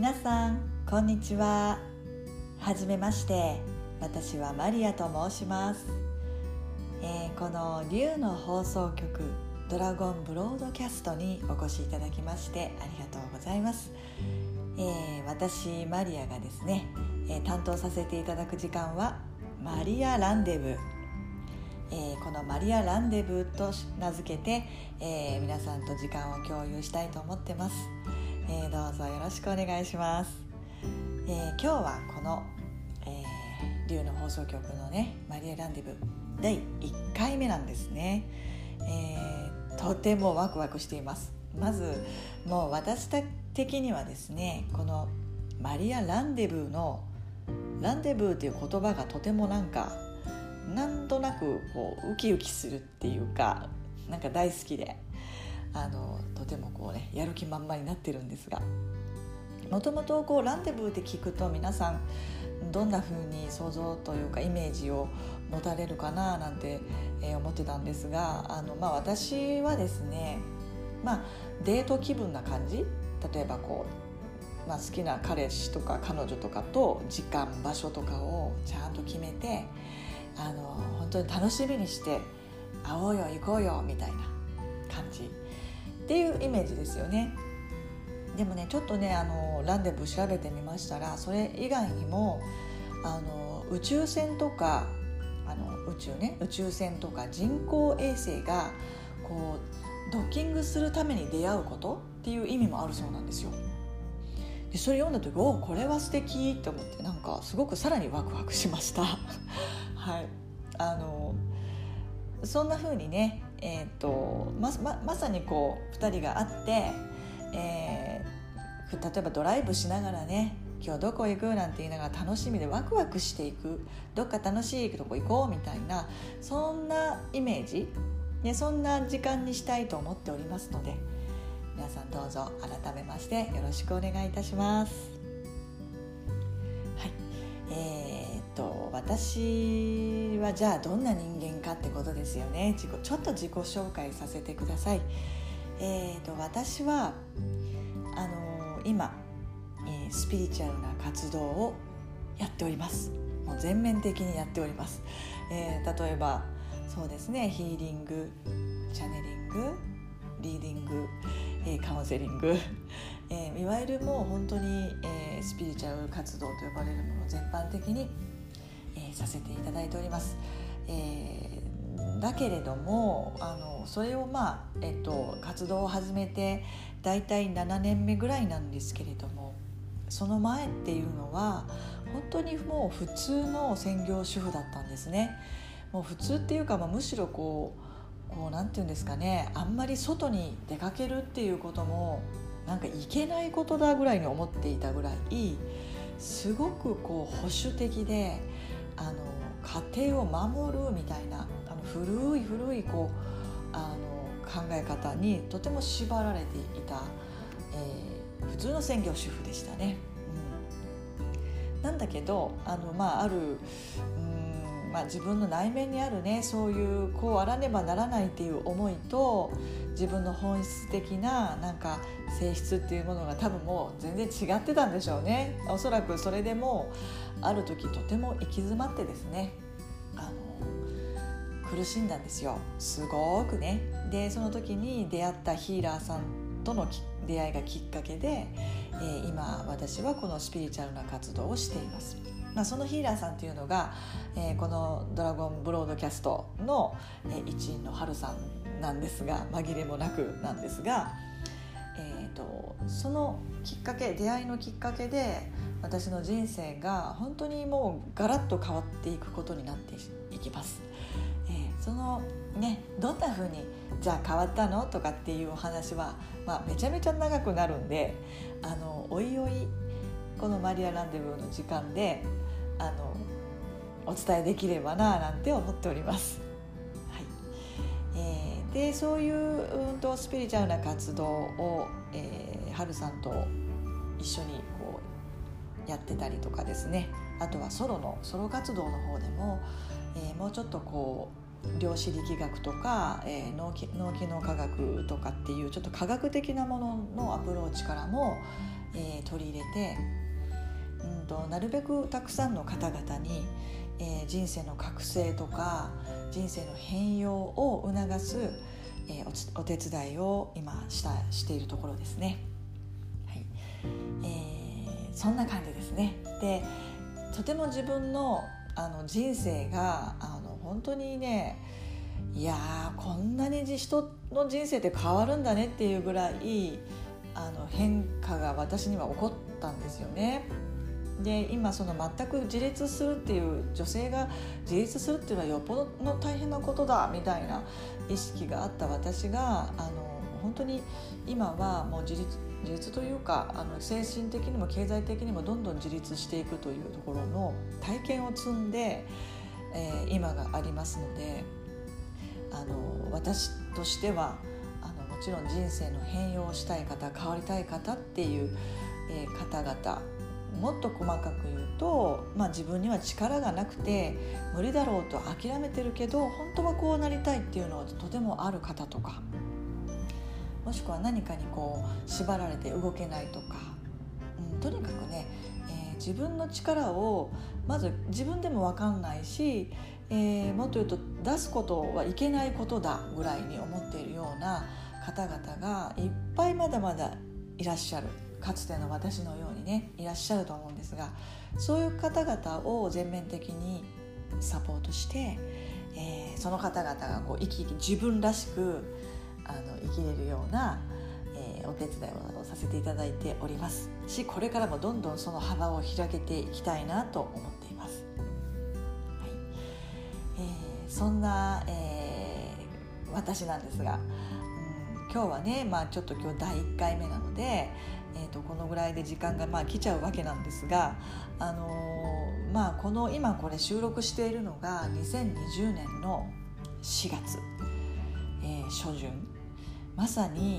皆さんこんにちは。はじめまして、私はマリアと申します。この竜の放送局ドラゴンブロードキャストにお越しいただきましてありがとうございます。私マリアがですね、担当させていただく時間はマリアランデブー、このマリアランデブーと名付けて、皆さんと時間を共有したいと思ってます。どうぞよろしくお願いします。今日はこの、竜の放送局のねマリアランデブー第1回目なんですね。とてもワクワクしています。まずもう私的にはですね、このマリアランデブーのランデブーという言葉がとてもなんとなくこうウキウキするっていうか、なんか大好きでとてもこうねやる気満々になってるんですが、もともとこうランデブーって聞くと皆さんどんな風に想像というかイメージを持たれるかななんて、思ってたんですが、私はですね、デート気分な感じ。例えばこう、好きな彼氏とか彼女とかと時間場所とかをちゃんと決めて本当に楽しみにして会おうよ行こうよみたいな感じっていうイメージですよね。でもねちょっとねランデブー調べてみましたら、それ以外にも宇宙船とか宇宙船とか人工衛星がこうドッキングするために出会うことっていう意味もあるそうなんですよ。でそれ読んだ時これは素敵って思って、なんかすごくさらにワクワクしましたはい、そんな風にね、まさにこう2人が会って、例えばドライブしながらね、今日どこ行くなんて言いながら楽しみでワクワクしていく、どっか楽しいとこ行こうみたいな、そんなイメージ、そんな時間にしたいと思っておりますので、皆さんどうぞ改めましてよろしくお願いいたします。はい、私はじゃあどんな人間かってことですよね。ちょっと自己紹介させてください。私は今、スピリチュアルな活動をやっております。もう全面的にやっております。例えばそうですね、ヒーリング、チャネリング、リーディング、カウンセリング、いわゆるもう本当に、スピリチュアル活動と呼ばれるもの全般的に、させていただいております。だけれどもそれを活動を始めてだいたい7年目ぐらいなんですけれども、その前っていうのは本当にもう普通の専業主婦だったんですね。もう普通っていうか、むしろこうなんていうんですかね、あんまり外に出かけるっていうこともなんかいけないことだぐらいに思っていたぐらい、すごくこう保守的で家庭を守るみたいな古いこう考え方にとても縛られていた、普通の専業主婦でしたね。なんだけどある自分の内面にあるね、そういうこうあらねばならないっていう思いと、自分の本質的ななんか性質っていうものが多分もう全然違ってたんでしょうね。おそらくそれでもある時とても行き詰まってですね、苦しんだんですよ、すごくね。でその時に出会ったヒーラーさんとの出会いがきっかけで、今私はこのスピリチュアルな活動をしています。そのヒーラーさんというのが、このドラゴンブロードキャストの、一員の春さんなんですが、紛れもなくなんですが、そのきっかけ、出会いのきっかけで私の人生が本当にもうガラッと変わっていくことになっていきます。そのね、どんな風にじゃあ変わったのとかっていうお話は、めちゃめちゃ長くなるんで、おいおいこのマリアランデブーの時間でお伝えできればななんて思っております。はい、でそういうスピリチュアルな活動を、はるさんと一緒にこうやってたりとかですね、あとはソロ活動の方でも、もうちょっとこう量子力学とか、脳機能科学とかっていうちょっと科学的なもののアプローチからも、 取り入れて、なるべくたくさんの方々に、人生の覚醒とか人生の変容を促す、お手伝いを今しているところですね。はい、そんな感じですね。で、とても自分の人生が本当にね、いやこんなに人の人生って変わるんだねっていうぐらい変化が私には起こったんですよね。で、今その全く自立するっていう女性が自立するっていうのはよっぽどの大変なことだみたいな意識があった私が本当に今はもう自立というか精神的にも経済的にもどんどん自立していくというところの体験を積んで、今がありますので、私としてはもちろん人生の変容をしたい方、変わりたい方っていう、方々、もっと細かく言うと、自分には力がなくて無理だろうと諦めてるけど本当はこうなりたいっていうのはとてもある方とか、もしくは何かに縛られて動けないとか、とにかくね、自分の力をまず自分でも分かんないし、もっと言うと出すことはいけないことだぐらいに思っているような方々がいっぱいまだまだいらっしゃる。かつての私のようにねいらっしゃると思うんですが、そういう方々を全面的にサポートして、その方々が生き生き自分らしく生きれるような、お手伝いをさせていただいておりますし、これからもどんどんその幅を広げていきたいなと思っています。はい、そんな、私なんですが、今日はね、ちょっと今日第1回目なので、このぐらいで時間が来ちゃうわけなんですが、今これ収録しているのが2020年の4月、初旬、まさに、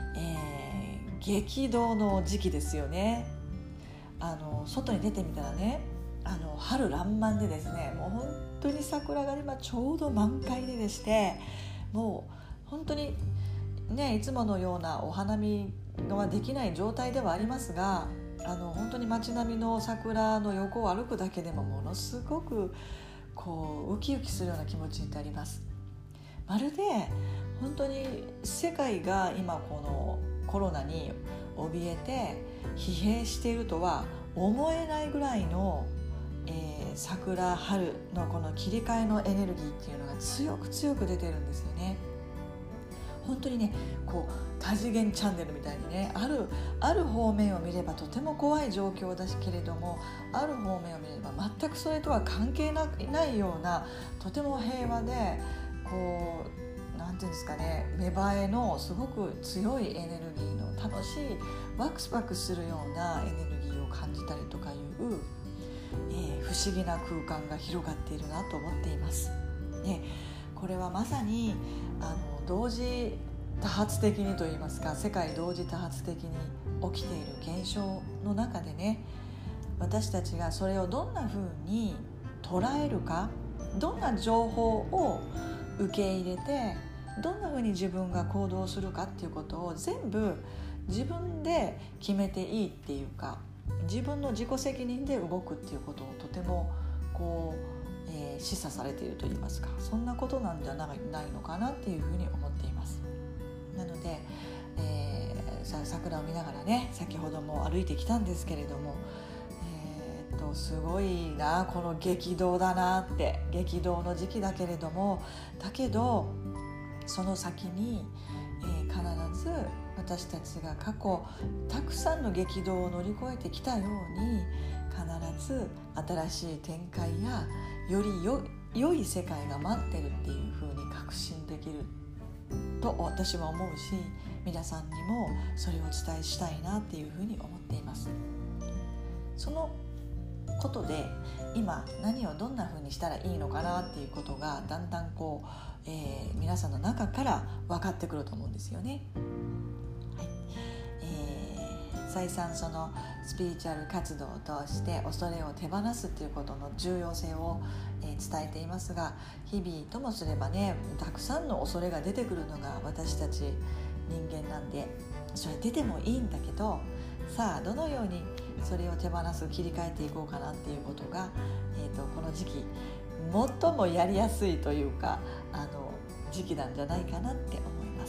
激動の時期ですよね。外に出てみたらね、春爛漫でですね、もう本当に桜が今ちょうど満開でして、もう本当にね、いつものようなお花見はできない状態ではありますが、本当に街並みの桜の横を歩くだけでもものすごくウキウキするような気持ちになります。まるで本当に世界が今このコロナに怯えて疲弊しているとは思えないぐらいの、桜春のこの切り替えのエネルギーっていうのが強く強く出てるんですよね。本当にね、多次元チャンネルみたいにね、ある方面を見ればとても怖い状況だしけれども、ある方面を見れば全くそれとは関係ないような、とても平和でなんていうんですかね、芽生えのすごく強いエネルギーの楽しいワクワクするようなエネルギーを感じたりとかいう、不思議な空間が広がっているなと思っています。ね、これはまさに同時多発的にといいますか、世界同時多発的に起きている現象の中でね、私たちがそれをどんな風に捉えるか、どんな情報を受け入れてどんな風に自分が行動するかっていうことを全部自分で決めていいっていうか、自分の自己責任で動くっていうことをとても示唆されているといいますか、そんなことなんじゃないのかなっていうふうに思っています。なので、桜を見ながらね、先ほども歩いてきたんですけれども、すごいな、この激動だなって、激動の時期だけれども、だけどその先に、必ず私たちが過去たくさんの激動を乗り越えてきたように、必ず新しい展開やより良い世界が待ってるっていう風に確信できると私は思うし、皆さんにもそれをお伝えしたいなっていう風に思っています。そのことで今何をどんな風にしたらいいのかなっていうことがだんだん皆さんの中から分かってくると思うんですよね。はい、再三そのスピリチュアル活動を通して恐れを手放すということの重要性を伝えていますが、日々ともすればね、たくさんの恐れが出てくるのが私たち人間なんで、それ出てもいいんだけど、 さあどのようにそれを手放す切り替えていこうかなっていうことが、この時期最もやりやすいというか時期なんじゃないかなって思います、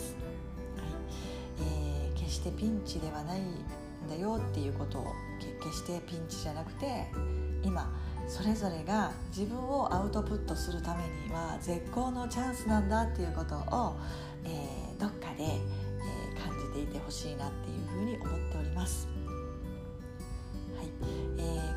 決してピンチではないんだよっていうことを決してピンチじゃなくて今それぞれが自分をアウトプットするためには絶好のチャンスなんだっていうことを、どっかで、感じていてほしいなっていうふうに思っております。はい、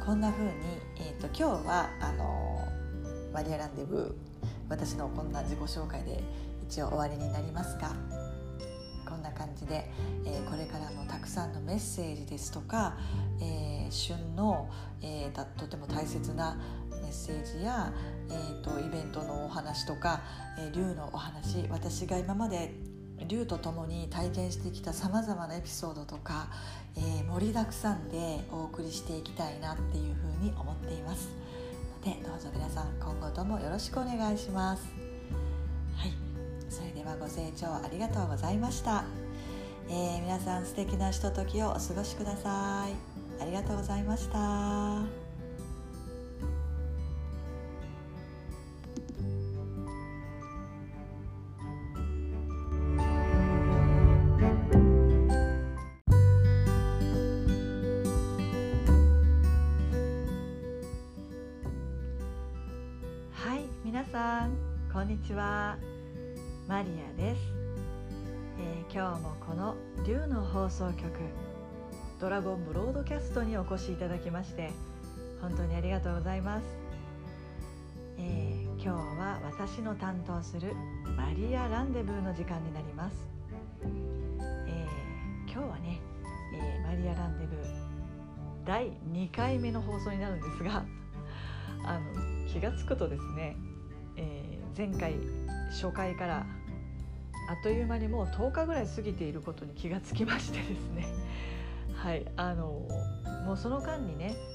こんなふうに、今日はマリアランデブー私のこんな自己紹介で一応終わりになりますが、こんな感じで、これからもたくさんのメッセージですとか、旬の、とても大切なメッセージや、イベントのお話とか、竜のお話、私が今まで竜と共に体験してきたさまざまなエピソードとか、盛りだくさんでお送りしていきたいなっていうふうに思っていますので、どうぞ皆さん今後ともよろしくお願いします。はい、それではご清聴ありがとうございました。皆さん素敵なひとときをお過ごしください。ありがとうございました。はい、皆さんこんにちは、マリアです。今日もこの竜の放送局ドラゴンブロードキャストにお越しいただきまして本当にありがとうございます。今日は私の担当するマリアランデブーの時間になります。今日はね、マリアランデブー第2回目の放送になるんですが気がつくとですね、前回初回からあっという間にもう10日ぐらい過ぎていることに気がつきましてですね、はい、もうその間にね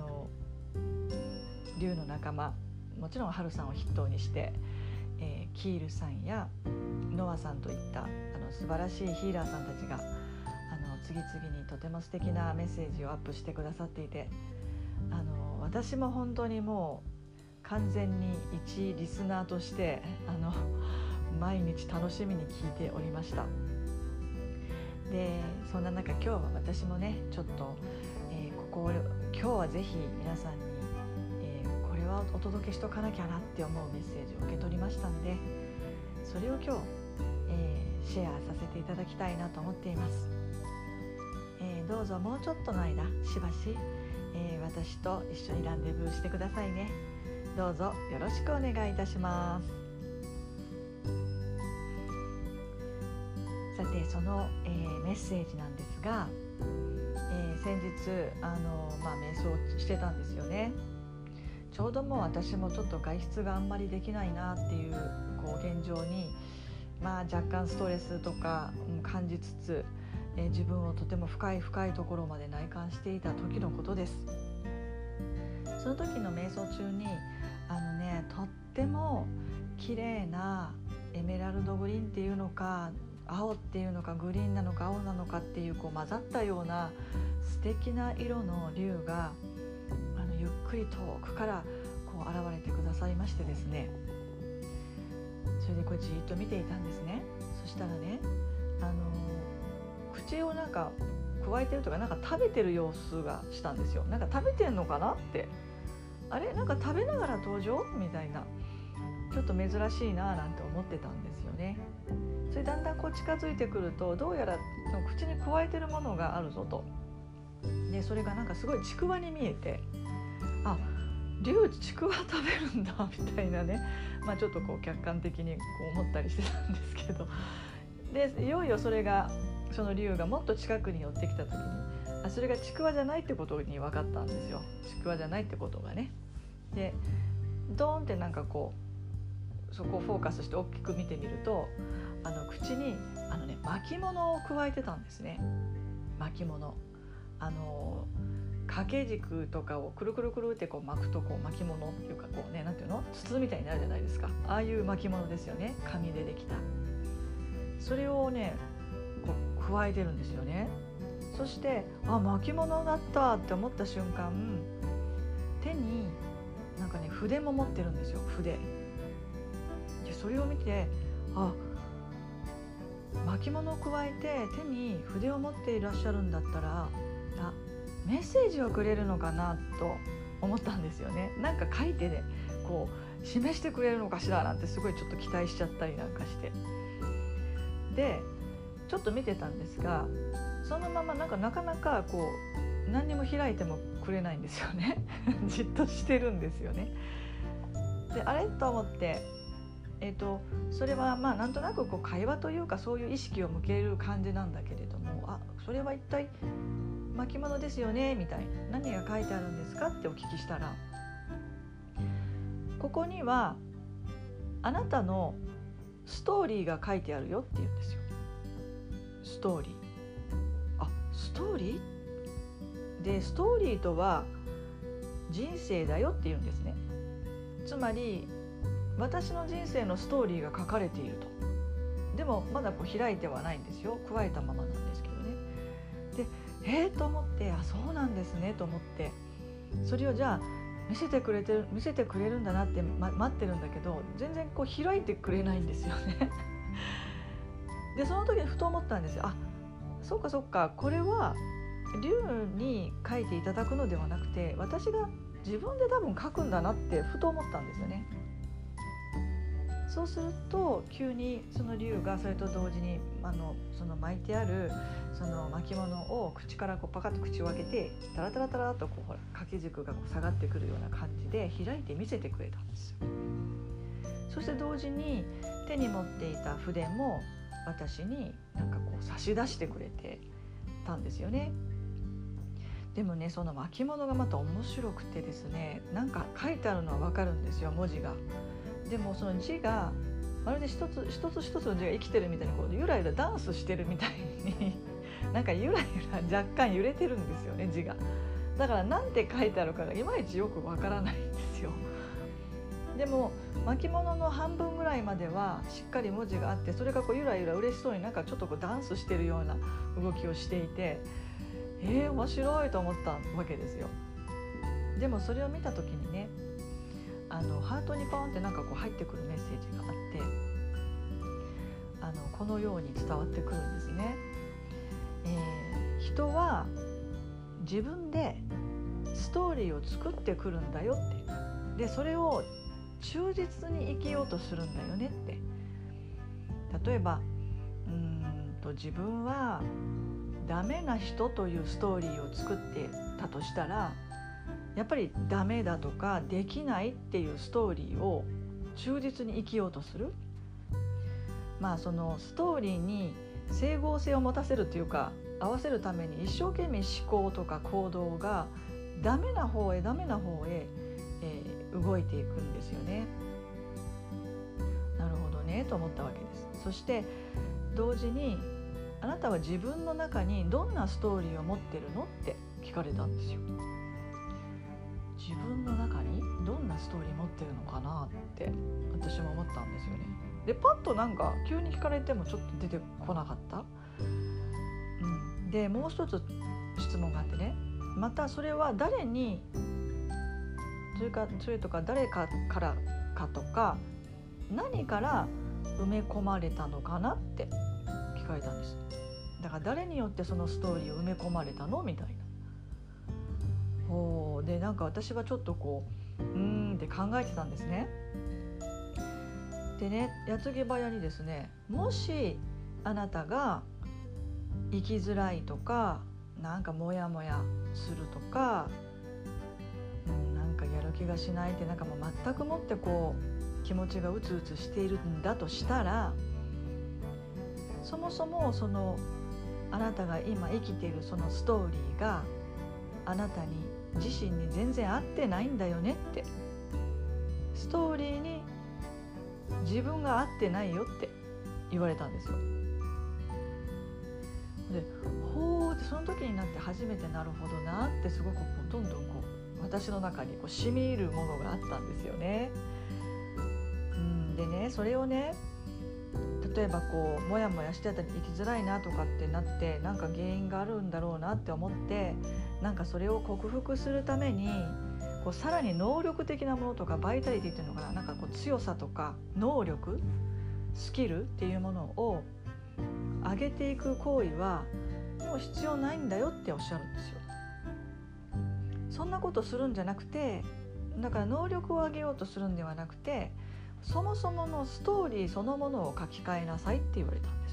竜の仲間、もちろんハルさんを筆頭にして、キールさんやノアさんといった素晴らしいヒーラーさんたちが次々にとても素敵なメッセージをアップしてくださっていて、私も本当にもう完全に一リスナーとして毎日楽しみに聞いておりました。でそんな中今日は私もねちょっと、今日はぜひ皆さんに、これはお届けしとかなきゃなって思うメッセージを受け取りましたんで、それを今日、シェアさせていただきたいなと思っています。どうぞもうちょっとの間しばし、私と一緒にランデブーしてくださいね。どうぞよろしくお願いいたします。さてその、メッセージなんですが、先日瞑想してたんですよね。ちょうどもう私もちょっと外出があんまりできないなっていう現状に、若干ストレスとか感じつつ、自分をとても深いところまで内観していた時のことです。その時の瞑想中にとっても綺麗なエメラルドグリーンっていうのか青っていうのかグリーンなのか青なのかっていう混ざったような素敵な色の竜がゆっくり遠くから現れてくださいましてですね、それでじーっと見ていたんですね。そしたらね口をくわえてるとか食べてる様子がしたんですよ。食べてんのかなって、あれ食べながら登場みたいな、ちょっと珍しいななんて思ってたんですよね。それだんだん近づいてくるとどうやら口にくわえてるものがあるぞと。でそれがすごいちくわに見えて、竜ちくわ食べるんだみたいなね、ちょっと客観的に思ったりしてたんですけど、でいよいよその竜がもっと近くに寄ってきた時にそれがちくわじゃないってことに分かったんですよ。ちくわじゃないってことがね。でドーンってそこをフォーカスして大きく見てみると口に巻物をくわえてたんですね。巻物掛け軸とかをくるくるくるって巻くと巻物っていうかなんていうの筒みたいになるじゃないですか。ああいう巻物ですよね。紙でできたそれをねくわえてるんですよね。 そして巻物だったって思った瞬間、手になんかね筆も持ってるんですよ。筆でそれを見て巻物を加えて手に筆を持っていらっしゃるんだったらメッセージをくれるのかなと思ったんですよね。なんか書いてねこう示してくれるのかしらなんてすごいちょっと期待しちゃったりなんかして、でちょっと見てたんですが、そのままなかなかこう何にも開いてもくれないんですよねじっとしてるんですよね。であれと思って、それはなんとなくこう会話というかそういう意識を向ける感じなんだけれども、それは一体巻物ですよねみたいな、何が書いてあるんですかってお聞きしたら、ここにはあなたのストーリーが書いてあるよって言うんですよ。ストーリー。ストーリーで、ストーリーとは人生だよって言うんですね。つまり私の人生のストーリーが書かれていると。でもまだこう開いてはないんですよ。加えたままなんですけどね。でと思って、そうなんですねと思って、それをじゃあ見せてくれるんだなって、待ってるんだけど、全然こう開いてくれないんですよねでその時にふと思ったんですよ。そっか、これは龍に書いていただくのではなくて、私が自分で多分書くんだなってふと思ったんですよね。そうすると急にその龍がそれと同時にその巻いてあるその巻物を口からこうパカッと口を開けて、タラタラタラとこう掛け軸がこう下がってくるような感じで開いて見せてくれたんですよ。そして同時に手に持っていた筆も私になんかこう差し出してくれてたんですよね。でもね、その巻物がまた面白くてですね、なんか書いてあるのは分かるんですよ、文字が。でもその字がまるで一つの字が生きてるみたいにこうゆらゆらダンスしてるみたいになんかゆらゆら若干揺れてるんですよね、字が。だからなんて書いてあるかがいまいちよくわからないんですよ。でも巻物の半分ぐらいまではしっかり文字があって、それがこうゆらゆら嬉しそうになんかちょっとこうダンスしてるような動きをしていて、面白いと思ったわけですよ。でもそれを見た時にね、ハートにポンってなんかこう入ってくるメッセージがあって、このように伝わってくるんですね。人は自分でストーリーを作ってくるんだよって。でそれを忠実に生きようとするんだよねって。例えば自分はダメな人というストーリーを作ってたとしたら、やっぱりダメだとかできないっていうストーリーを忠実に生きようとする。そのストーリーに整合性を持たせるというか合わせるために一生懸命思考とか行動がダメな方へ、動いていくんですよね。なるほどねと思ったわけです。そして同時に、あなたは自分の中にどんなストーリーを持ってるのって聞かれたんですよ。自分の中にどんなストーリー持ってるのかなって私も思ったんですよね。でパッとなんか急に聞かれてもちょっと出てこなかった、でもう一つ質問があってね、またそれは誰にそれとか誰かからかとか何から埋め込まれたのかなって聞かれたんです。だから誰によってそのストーリーを埋め込まれたのみたいな。でなんか私はちょっとこうって考えてたんですね。でね、矢継ぎ早にですね、もしあなたが生きづらいとかなんかモヤモヤするとか、なんかやる気がしないって、なんかもう全くもってこう気持ちがうつうつしているんだとしたら、そもそもそのあなたが今生きているそのストーリーがあなたに自身に全然合ってないんだよねって。ストーリーに自分が合ってないよって言われたんですよ。でその時になって初めてなるほどなって、すごくどんどん私の中に染み入るものがあったんですよね。でね、それをね、 例えばこうモヤモヤしてたり生きづらいなとかってなって、なんか原因があるんだろうなって思って、なんかそれを克服するためにこうさらに能力的なものとかバイタリティっていうのかな、なんかこう強さとか能力スキルっていうものを上げていく行為はもう必要ないんだよっておっしゃるんですよ。そんなことするんじゃなくて、だから能力を上げようとするんではなくて、そもそものストーリーそのものを書き換えなさいって言われたんです。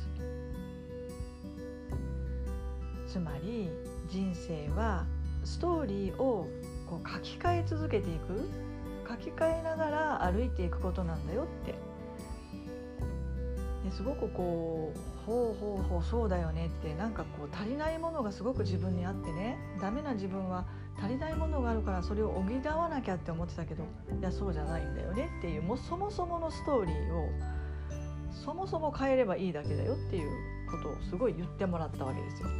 つまり人生はストーリーをこう書き換え続けていく、書き換えながら歩いていくことなんだよって。ですごくこうほうそうだよねって、なんかこう足りないものがすごく自分にあってね、ダメな自分は足りないものがあるからそれを補わなきゃって思ってたけど、いやそうじゃないんだよねっていう、もうそもそものストーリーをそもそも変えればいいだけだよっていうことをすごい言ってもらったわけですよ。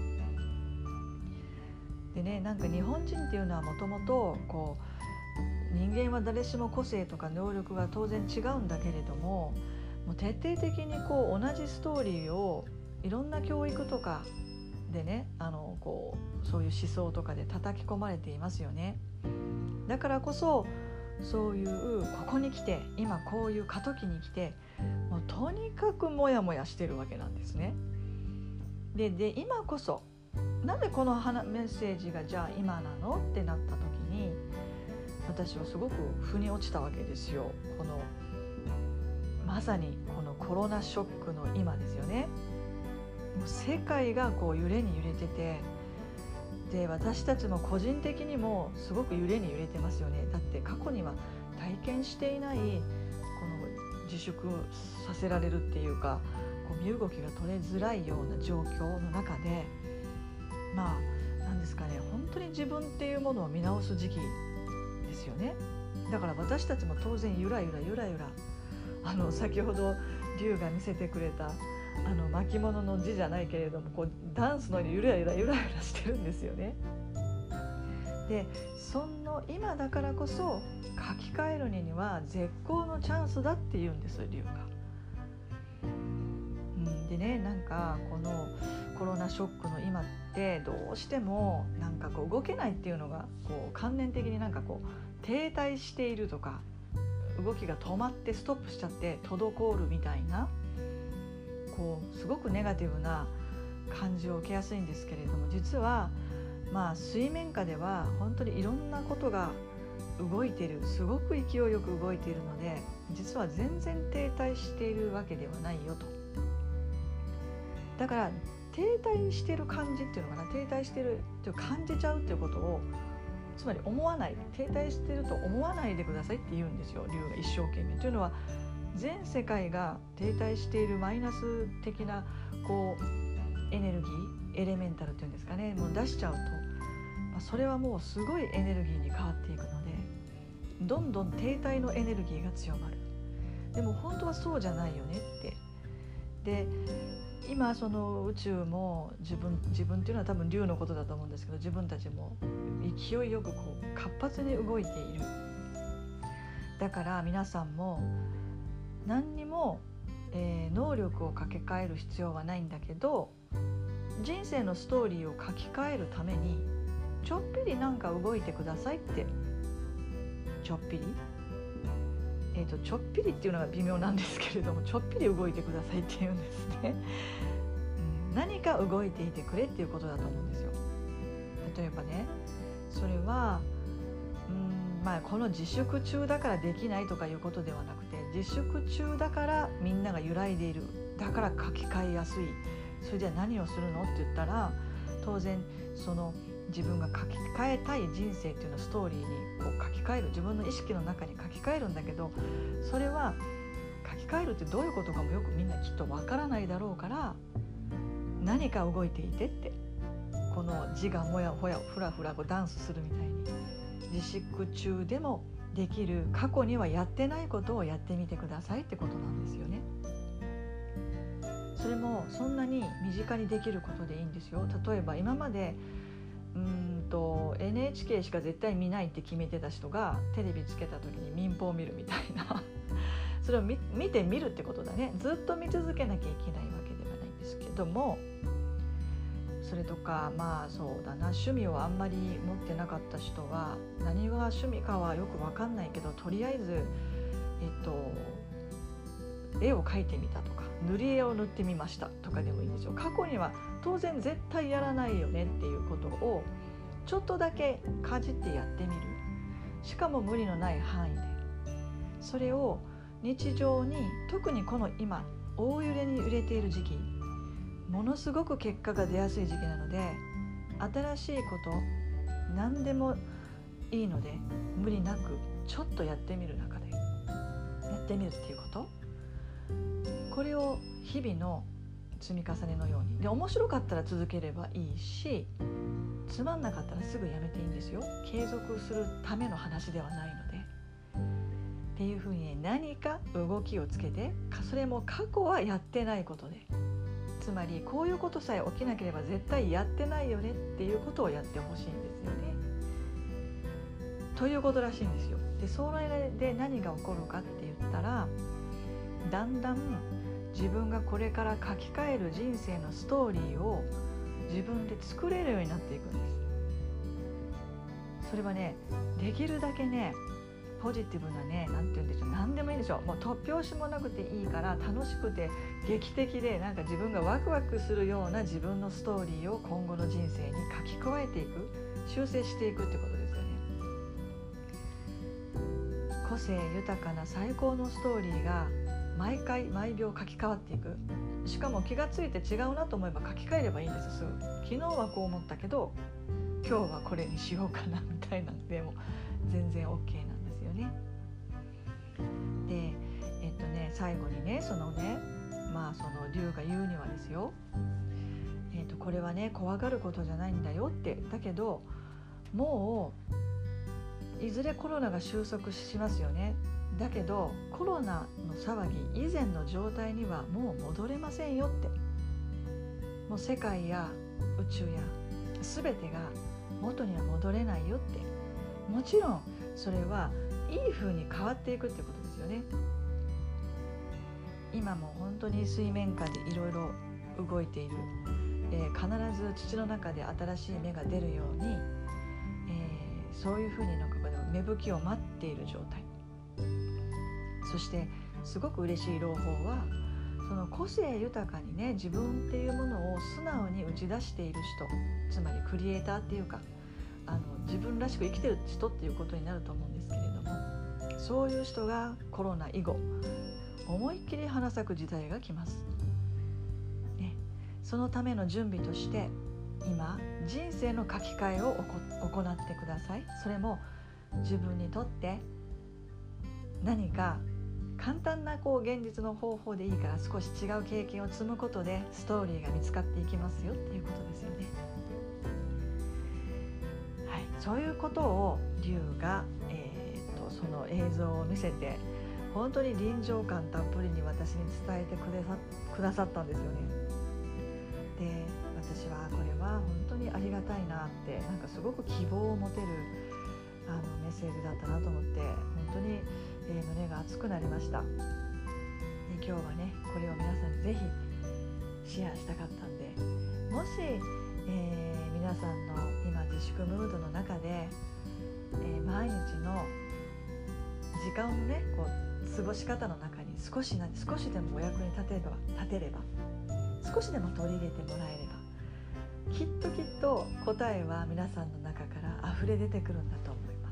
でね、なんか日本人っていうのはもともとこう人間は誰しも個性とか能力が当然違うんだけれども、もう徹底的にこう同じストーリーをいろんな教育とかでね、こうそういう思想とかで叩き込まれていますよね。だからこそそういうここに来て、今こういう過渡期に来て、もうとにかくモヤモヤしてるわけなんですね。で今こそなんでこのメッセージがじゃあ今なのってなった時に、私はすごく腑に落ちたわけですよ。このまさにこのコロナショックの今ですよね。もう世界がこう揺れに揺れてて、で私たちも個人的にもすごく揺れに揺れてますよね。だって過去には体験していないこの自粛させられるっていうか、こう身動きが取れづらいような状況の中で、まあ何ですかね、本当に自分っていうものを見直す時期ですよね。だから私たちも当然ゆらゆら先ほど龍が見せてくれた巻物の字じゃないけれども、こうダンスのようにゆらゆらしてるんですよね。でその今だからこそ書き換えるには絶好のチャンスだって言うんです龍が。でね、なんかこのコロナショックの今ってどうしてもなんかこう動けないっていうのがこう観念的になんかこう停滞しているとか、動きが止まってストップしちゃって滞るみたいな、こうすごくネガティブな感じを受けやすいんですけれども、実はまあ水面下では本当にいろんなことが動いている、すごく勢いよく動いているので、実は全然停滞しているわけではないよと。だから停滞している感じっていうのかな、停滞していると感じちゃうっていうことを、つまり思わない、停滞していると思わないでくださいって言うんですよ、龍が一生懸命。というのは全世界が停滞しているマイナス的なこうエネルギー、エレメンタルっていうんですかね、もう出しちゃうと、それはもうすごいエネルギーに変わっていくので、どんどん停滞のエネルギーが強まる。でも本当はそうじゃないよねって。で今その宇宙も自分っていうのは多分龍のことだと思うんですけど、自分たちも勢いよくこう活発に動いている。だから皆さんも何にも、能力を掛け替える必要はないんだけど、人生のストーリーを書き換えるためにちょっぴりなんか動いてくださいって。ちょっぴりちょっぴりっていうのが微妙なんですけれども、ちょっぴり動いてくださいって言うんですね。何か動いていてくれっていうことだと思うんですよ。例えばね、それはこの自粛中だからできないとかいうことではなくて、自粛中だからみんなが揺らいでいる、だから書き換えやすい。それじゃあ何をするのって言ったら、当然その自分が書き換えたい人生っていうのをストーリーにこう書き換える、自分の意識の中に書き換えるんだけど、それは書き換えるってどういうことかもよくみんなきっとわからないだろうから、何か動いていてって、この字がもやほやふらふらダンスするみたいに、自粛中でもできる、過去にはやってないことをやってみてくださいってことなんですよね。それもそんなに身近にできることでいいんですよ。例えば今までNHK しか絶対見ないって決めてた人がテレビつけた時に民放を見るみたいなそれを 見てみるってことだね。ずっと見続けなきゃいけないわけではないんですけども、それとかそうだな、趣味をあんまり持ってなかった人は何が趣味かはよく分かんないけど、とりあえず絵を描いてみたとか、塗り絵を塗ってみましたとかでもいいんですよ。過去には当然絶対やらないよねっていうことをちょっとだけかじってやってみる。しかも無理のない範囲で、それを日常に、特にこの今大揺れに揺れている時期、ものすごく結果が出やすい時期なので、新しいこと何でもいいので無理なくちょっとやってみる中でやってみるっていうこと、これを日々の積み重ねのようにで、面白かったら続ければいいし、つまんなかったらすぐやめていいんですよ。継続するための話ではないのでっていうふうに、何か動きをつけて、それも過去はやってないことで、つまりこういうことさえ起きなければ絶対やってないよねっていうことをやってほしいんですよね、ということらしいんですよ。でそれで何が起こるかって言ったら、だんだん自分がこれから書き換える人生のストーリーを自分で作れるようになっていくんです。それはね、できるだけね、ポジティブなね、なんて言うんでしょう、何でもいいんでしょう。もう突拍子もなくていいから、楽しくて劇的で、なんか自分がワクワクするような自分のストーリーを今後の人生に書き加えていく、修正していくってことですよね。個性豊かな最高のストーリーが毎回毎秒書き換わっていく。しかも気がついて違うなと思えば書き換えればいいんです。すぐ昨日はこう思ったけど今日はこれにしようかなみたいなのでも全然 OK なんですよね。で最後にね、その龍が言うにはですよ、これはね怖がることじゃないんだよって。だけどもういずれコロナが収束しますよね。だけどコロナの騒ぎ以前の状態にはもう戻れませんよって。もう世界や宇宙や全てが元には戻れないよって。もちろんそれはいい風に変わっていくってことですよね。今も本当に水面下でいろいろ動いている、必ず土の中で新しい芽が出るように、そういう風に芽吹きを待っている状態。そしてすごく嬉しい朗報は、その個性豊かにね、自分っていうものを素直に打ち出している人、つまりクリエイターっていうか自分らしく生きてる人っていうことになると思うんですけれども、そういう人がコロナ以後思いっきり花咲く時代が来ます、ね。そのための準備として今人生の書き換えを行ってください。それも自分にとって何か簡単な現実の方法でいいから少し違う経験を積むことでストーリーが見つかっていきますよっていうことですよね。はい、そういうことを龍が、その映像を見せて本当に臨場感たっぷりに私に伝えてくださったんですよね。で、私はこれは本当にありがたいなって、なんかすごく希望を持てるメッセージだったなと思って、本当に胸が熱くなりました。で、今日はねこれを皆さんにぜひシェアしたかったんで、もし、皆さんの今自粛ムードの中で、毎日の時間をね過ごし方の中に少しでもお役に立てれば少しでも取り入れてもらえれば、きっと答えは皆さんの中から溢れ出てくるんだと思います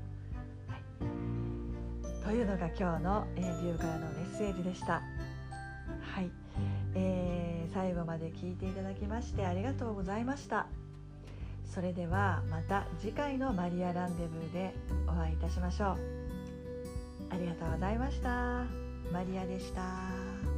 、はい、というのが今日の龍からのメッセージでした。はい、最後まで聞いていただきましてありがとうございました。それではまた次回のマリアランデブーでお会いいたしましょう。ありがとうございました。マリアでした。